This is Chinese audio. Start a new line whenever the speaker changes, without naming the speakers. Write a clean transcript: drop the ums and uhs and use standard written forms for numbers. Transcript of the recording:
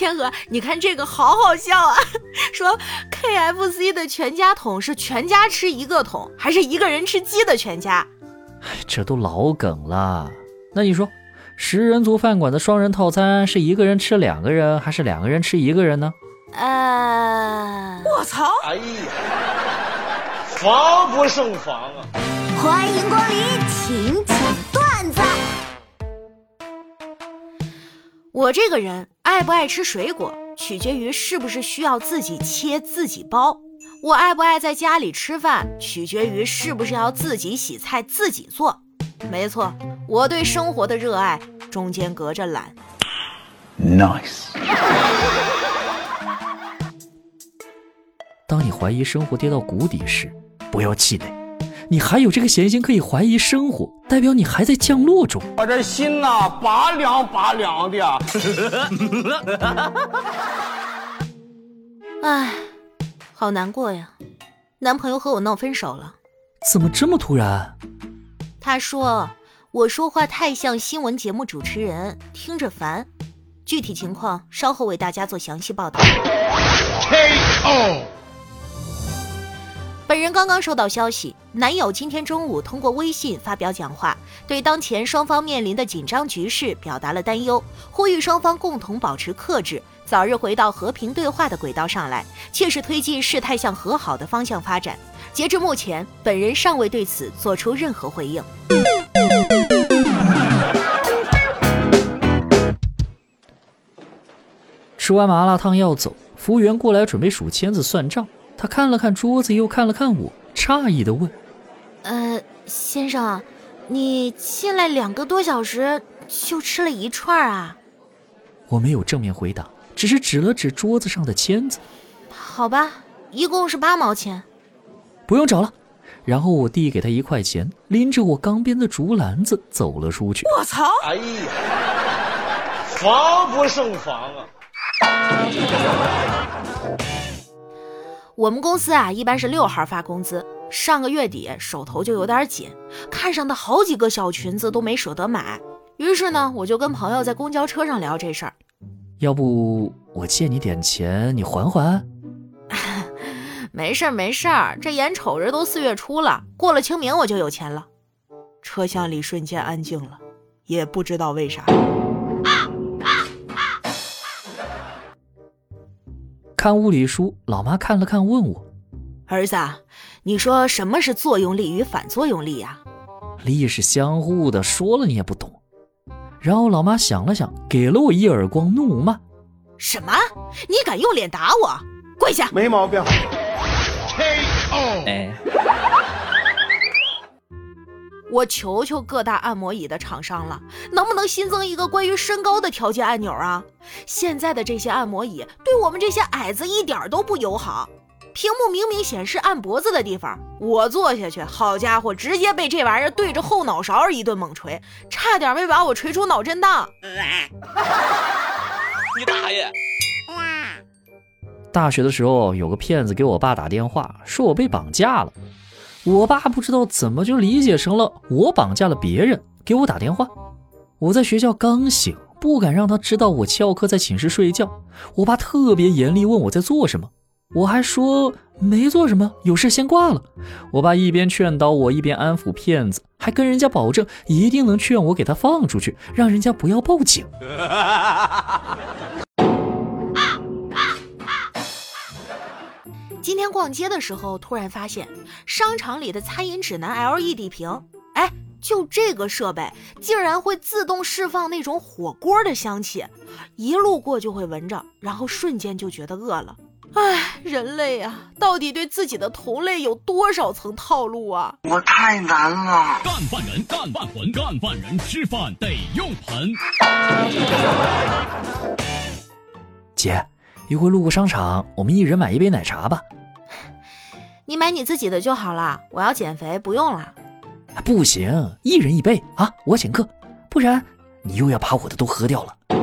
天鹅，你看这个好好笑啊，说 KFC 的全家桶是全家吃一个桶，还是一个人吃鸡的全家？
这都老梗了。那你说10人族饭馆的双人套餐是一个人吃2个人，还是2个人吃1个人呢？
我操！
哎呀，防不胜防啊！
欢迎光临请讲段子。
我这个人爱不爱吃水果，取决于是不是需要自己切自己剥；我爱不爱在家里吃饭，取决于是不是要自己洗菜自己做。没错，我对生活的热爱中间隔着懒。
Nice。
当你怀疑生活跌到谷底时，不要气馁，你还有这个闲心可以怀疑生活，代表你还在降落中。
我这心呐，拔凉拔凉的。
唉，好难过呀，男朋友和我闹分手了。
怎么这么突然？
他说我说话太像新闻节目主持人，听着烦。具体情况稍后为大家做详细报道。
KO。
本人刚刚收到消息，男友今天中午通过微信发表讲话，对当前双方面临的紧张局势表达了担忧，呼吁双方共同保持克制，早日回到和平对话的轨道上来，切实推进事态向和好的方向发展。截至目前，本人尚未对此做出任何回应。
吃完麻辣烫要走，服务员过来准备数签子算账。他看了看桌子，又看了看我，诧异地问：
先生，你进来2个多小时就吃了一串啊？
我没有正面回答，只是指了指桌子上的签子。
好吧，一共是8毛钱。
不用找了。然后我递给他1块钱，拎着我钢边的竹篮子走了出去。
我操！
哎呀，防不胜防啊！
我们公司啊，一般是6号发工资，上个月底手头就有点紧，看上的好几个小裙子都没舍得买，于是呢，我就跟朋友在公交车上聊这事儿。
要不我借你点钱，你还还？
没事儿，这眼瞅着都4月初了，过了清明我就有钱了。车厢里瞬间安静了，也不知道为啥。
看物理书，老妈看了看问我：
儿子，你说什么是作用力与反作用力呀？
力是相互的，说了你也不懂。然后老妈想了想，给了我一耳光，怒骂：
什么？你敢用脸打我？跪下！
没毛病。
哎，
我求求各大按摩椅的厂商了，能不能新增一个关于身高的调节按钮啊？现在的这些按摩椅对我们这些矮子一点都不友好，屏幕明明显示按脖子的地方，我坐下去，好家伙，直接被这玩意儿对着后脑勺一顿猛捶，差点没把我捶出脑震荡。
你大爷！
大学的时候有个骗子给我爸打电话，说我被绑架了。我爸不知道怎么就理解成了我绑架了别人，给我打电话。我在学校刚醒，不敢让他知道我翘课在寝室睡觉。我爸特别严厉，问我在做什么，我还说没做什么，有事先挂了。我爸一边劝导我，一边安抚骗子，还跟人家保证一定能劝我给他放出去，让人家不要报警。
今天逛街的时候，突然发现商场里的餐饮指南 LED 屏，就这个设备竟然会自动释放那种火锅的香气，一路过就会闻着，然后瞬间就觉得饿了。人类啊，到底对自己的同类有多少层套路啊？
我太难了。
干饭人干饭魂，干饭人吃饭得用盆。
姐，一会路过商场，我们一人买1杯奶茶吧。
你买你自己的就好了，我要减肥，不用了。
不行，一人1杯啊，我请客，不然你又要把我的都喝掉了。